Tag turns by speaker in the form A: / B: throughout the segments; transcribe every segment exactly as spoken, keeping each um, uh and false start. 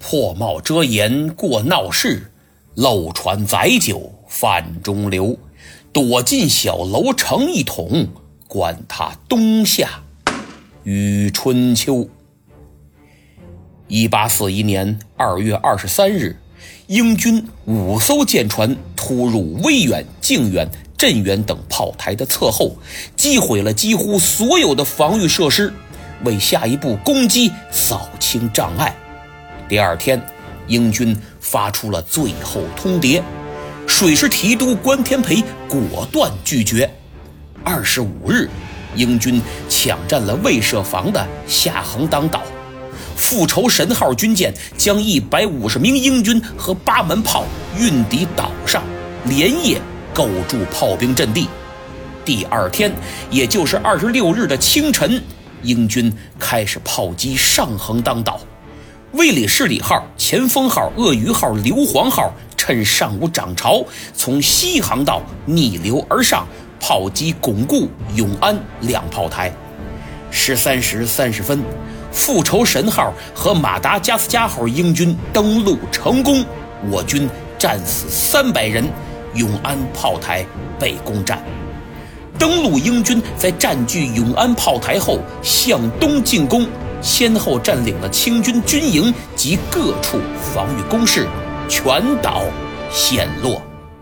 A: 破帽遮颜过闹市，漏船载酒泛中流。躲进小楼成一统，管他冬夏与春秋。一八四一年二月二十三日，英军五艘舰船突入威远、靖远、镇远等炮台的侧后，击毁了几乎所有的防御设施，为下一步攻击扫清障碍。第二天，英军发出了最后通牒，水师提督关天培果断拒绝。二十五日，英军抢占了未设防的下横当岛，复仇神号军舰将一百五十名英军和八门炮运抵岛上，连夜构筑炮兵阵地。第二天，也就是二十六日的清晨，英军开始炮击上横当岛。卫理事里号、前锋号、鳄鱼号、硫磺号趁上午涨潮，从西航道逆流而上，炮击巩固、永安两炮台。十三时三十分，复仇神号和马达加斯加号英军登陆成功，我军战死三百人，永安炮台被攻占。登陆英军在占据永安炮台后向东进攻，先后占领了清军军营及各处防御工事，全岛陷落。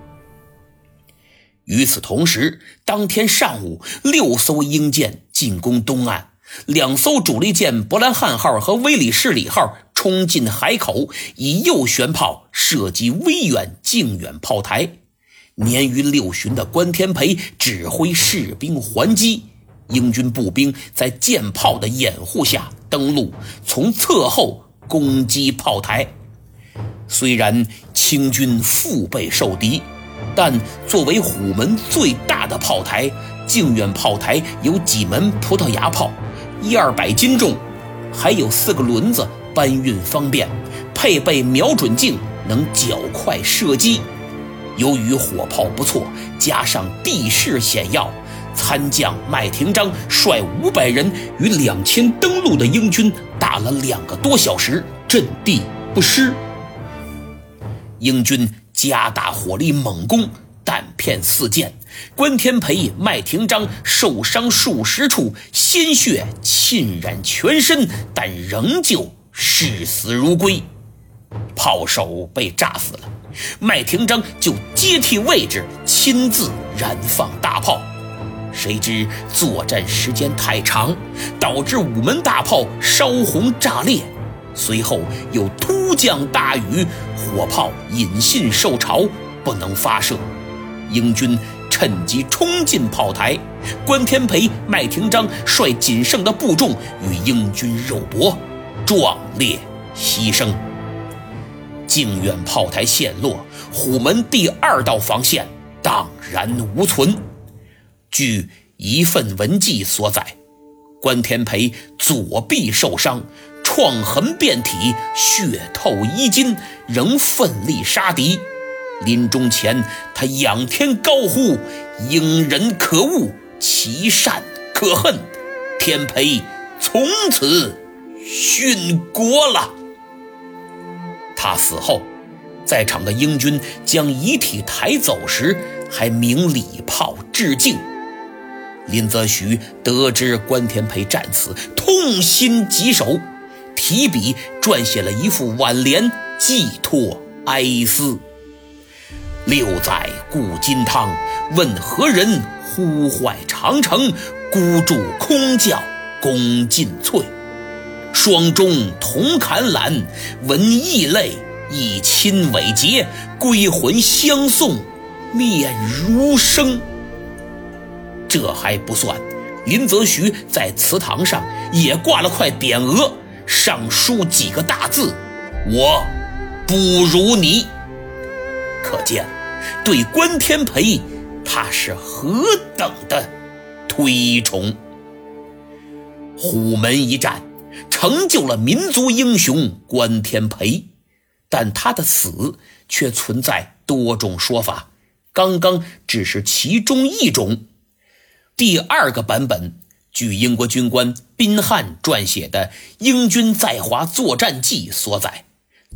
A: 与此同时，当天上午，六艘英舰进攻东岸，两艘主力舰伯兰汉号和威里士里号冲进海口，以右舷炮射击威远、靖远炮台。年逾六旬的关天培指挥士兵还击，英军步兵在舰炮的掩护下登陆，从侧后攻击炮台。虽然清军腹背受敌，但作为虎门最大的炮台，靖远炮台有几门葡萄牙炮，一二百斤重，还有四个轮子，搬运方便，配备瞄准镜，能较快射击。由于火炮不错，加上地势险要，参将麦廷章率五百人与两千登陆的英军打了两个多小时，阵地不失。英军加大火力猛攻，弹片四溅，关天培、麦廷章受伤数十处，鲜血浸染全身，但仍旧视死如归。炮手被炸死了，麦廷章就接替位置，亲自燃放大炮。谁知作战时间太长，导致五门大炮烧红炸裂，随后又突降大雨，火炮引信受潮，不能发射。英军趁机冲进炮台，关天培、麦廷章率仅剩的部众与英军肉搏，壮烈牺牲。靖远炮台陷落，虎门第二道防线荡然无存。据一份文记所载，关天培左臂受伤，创痕遍体，血透衣襟，仍奋力杀敌。临终前，他仰天高呼：英人可恶，其善可恨，天培从此殉国了。他死后，在场的英军将遗体抬走时，还鸣礼炮致敬。林则徐得知关天培战死，痛心疾首，提笔撰写了一副挽联，寄托哀思。六载故金汤，问何人呼坏长城？孤注空教功尽瘁。双中同砍缆，闻异泪，一亲伟节，归魂相送，面如生。这还不算，林则徐在祠堂上也挂了块匾额，上书几个大字：我不如你。可见对关天培他是何等的推崇。虎门一战成就了民族英雄关天培，但他的死却存在多种说法，刚刚只是其中一种。第二个版本，据英国军官宾汉撰写的《英军在华作战记》所载，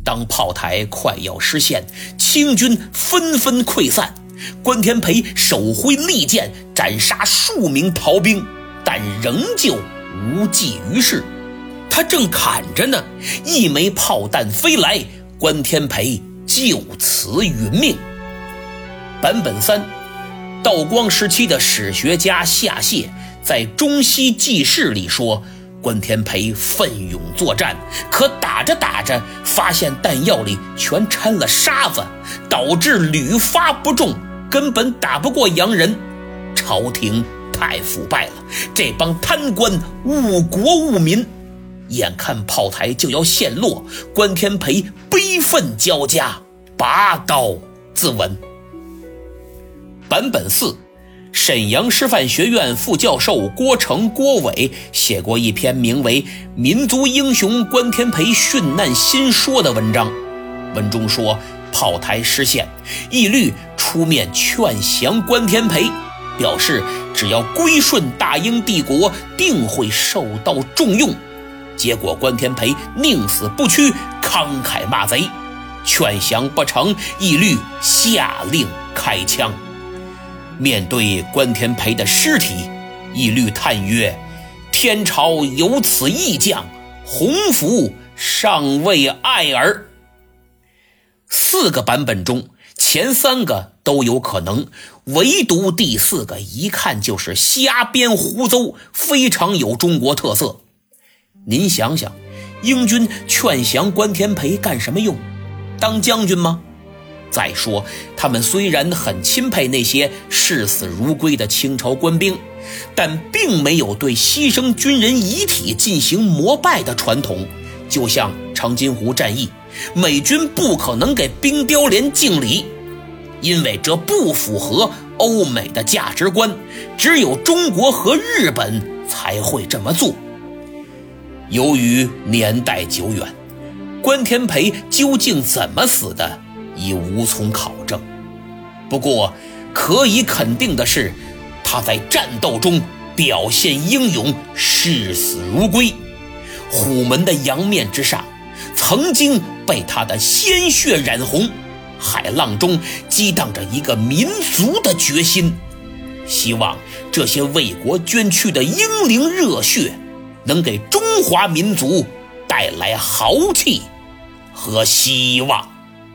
A: 当炮台快要失陷，清军纷纷溃散，关天培手挥利剑斩杀数名逃兵，但仍旧无济于事。他正砍着呢，一枚炮弹飞来，关天培就此殒命。版本三，道光时期的史学家夏燮在《中西纪事》里说，关天培奋勇作战，可打着打着发现弹药里全掺了沙子，导致屡发不中，根本打不过洋人。朝廷太腐败了，这帮贪官误国误民，眼看炮台就要陷落，关天培悲愤交加，拔刀自刎。版本四，沈阳师范学院副教授郭成郭伟写过一篇名为《民族英雄关天培殉难新说》的文章，文中说炮台失陷，义律出面劝降关天培，表示只要归顺大英帝国定会受到重用。结果关天培宁死不屈，慷慨骂贼，劝降不成，义律下令开枪。面对关天培的尸体，义律叹曰：天朝有此义将，鸿福尚未艾尔。四个版本中，前三个都有可能，唯独第四个一看就是瞎编胡诌，非常有中国特色。您想想，英军劝降关天培干什么用？当将军吗？再说他们虽然很钦佩那些视死如归的清朝官兵，但并没有对牺牲军人遗体进行膜拜的传统。就像长津湖战役，美军不可能给冰雕连敬礼，因为这不符合欧美的价值观，只有中国和日本才会这么做。由于年代久远，关天培究竟怎么死的已无从考证。不过可以肯定的是，他在战斗中表现英勇，视死如归。虎门的洋面之上曾经被他的鲜血染红，海浪中激荡着一个民族的决心。希望这些为国捐躯的英灵热血能给中华民族带来豪气和希望。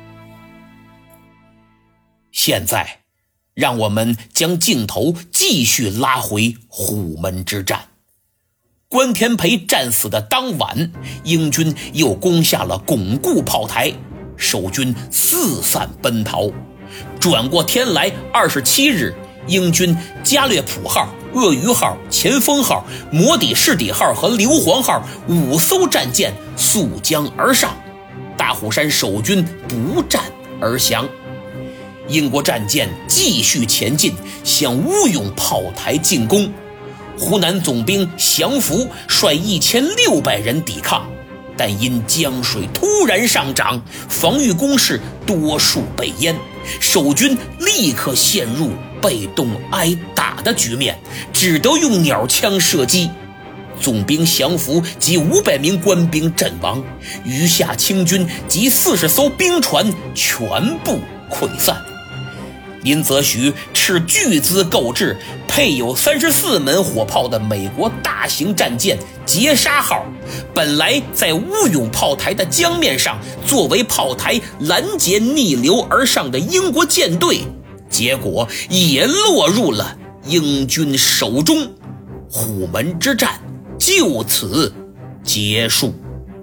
A: 现在让我们将镜头继续拉回虎门之战。关天培战死的当晚，英军又攻下了巩固炮台，守军四散奔逃。转过天来，二十七日，英军加略普号、鳄鱼号、前锋号、摩底士底号和硫磺号五艘战舰溯江而上，大虎山守军不战而降。英国战舰继续前进，向乌勇炮台进攻。湖南总兵降福率一千六百人抵抗，但因江水突然上涨，防御工事多数被淹，守军立刻陷入被动挨打的局面，只得用鸟枪射击。总兵降福及五百名官兵阵亡，余下清军及四十艘兵船全部溃散。林则徐斥巨资购置配有三十四门火炮的美国大型战舰劫杀号，本来在乌勇炮台的江面上作为炮台拦截逆流而上的英国舰队，结果也落入了英军手中。虎门之战就此结束。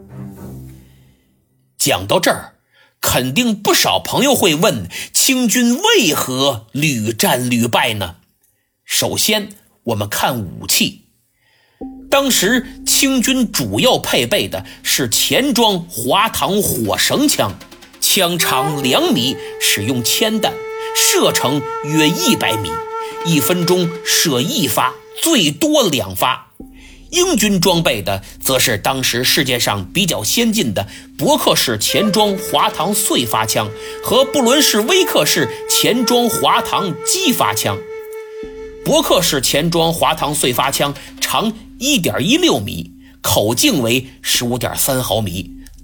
A: 讲到这儿，肯定不少朋友会问，清军为何屡战屡败呢？首先我们看武器。当时清军主要配备的是钱庄滑膛火绳枪，枪长两米，使用铅弹，射程约一百米，一分钟射一发，最多两发。英军装备的则是当时世界上比较先进的伯克式钱庄滑膛碎发枪和布伦式威克式钱庄滑膛击发枪。伯克式钱庄滑膛碎发枪长 一点一六米，口径为 十五点三毫米，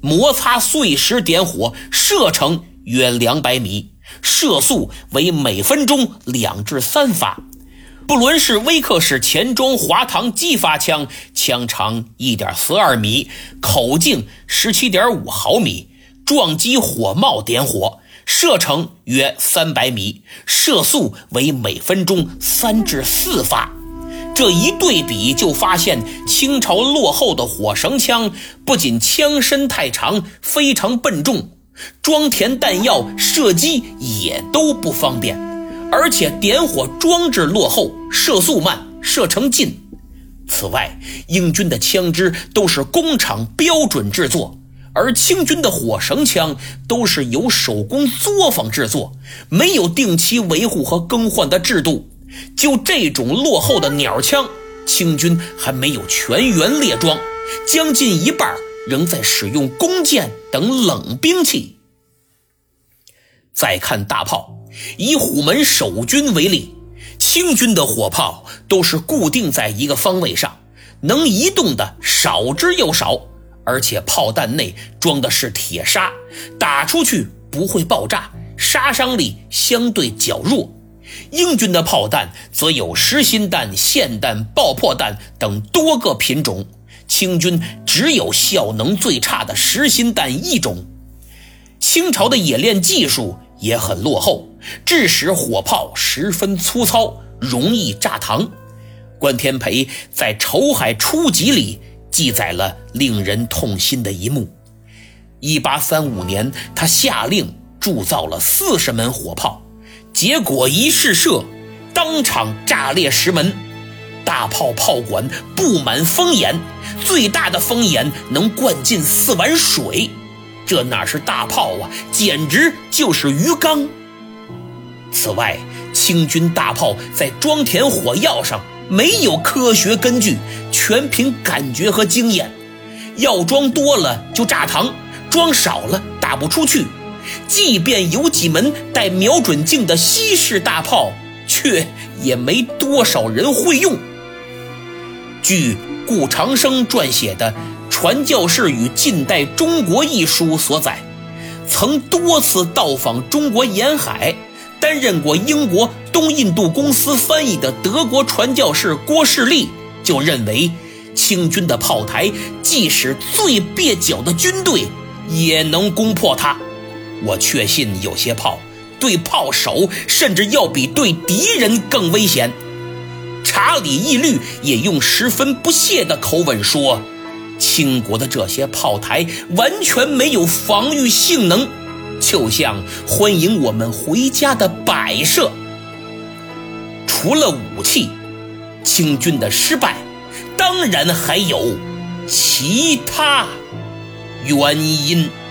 A: 摩擦碎石点火，射程约两百米，射速为每分钟两至三发。不论是威克式前装滑膛击发枪，枪长 一点四二米，口径 十七点五毫米，撞击火帽点火，射程约三百米，射速为每分钟三至四发。这一对比就发现，清朝落后的火绳枪不仅枪身太长，非常笨重，装填弹药射击也都不方便，而且点火装置落后，射速慢，射程近。此外，英军的枪支都是工厂标准制作，而清军的火绳枪都是由手工作坊制作，没有定期维护和更换的制度。就这种落后的鸟枪，清军还没有全员列装，将近一半仍在使用弓箭等冷兵器。再看大炮，以虎门守军为例，清军的火炮都是固定在一个方位上，能移动的少之又少，而且炮弹内装的是铁砂，打出去不会爆炸，杀伤力相对较弱。英军的炮弹则有实心弹、霰弹、爆破弹等多个品种，清军只有效能最差的实心弹一种。清朝的冶炼技术也很落后，致使火炮十分粗糙，容易炸膛。关天培在《筹海初集》里记载了令人痛心的一幕。一八三五年，他下令铸造了四十门火炮，结果一试射，当场炸裂石门，大炮炮管布满风眼，最大的风眼能灌进四碗水，这哪是大炮啊，简直就是鱼缸。此外，清军大炮在装填火药上没有科学根据，全凭感觉和经验，药装多了就炸膛，装少了打不出去。即便有几门带瞄准镜的西式大炮，却也没多少人会用。据顾长生撰写的《传教士与近代中国》一书所载，曾多次到访中国沿海，担任过英国东印度公司翻译的德国传教士郭士立就认为，清军的炮台即使最蹩脚的军队也能攻破它。我确信有些炮对炮手甚至要比对敌人更危险。查理义律也用十分不屑的口吻说，清国的这些炮台完全没有防御性能，就像欢迎我们回家的摆设。除了武器，清军的失败当然还有其他原因。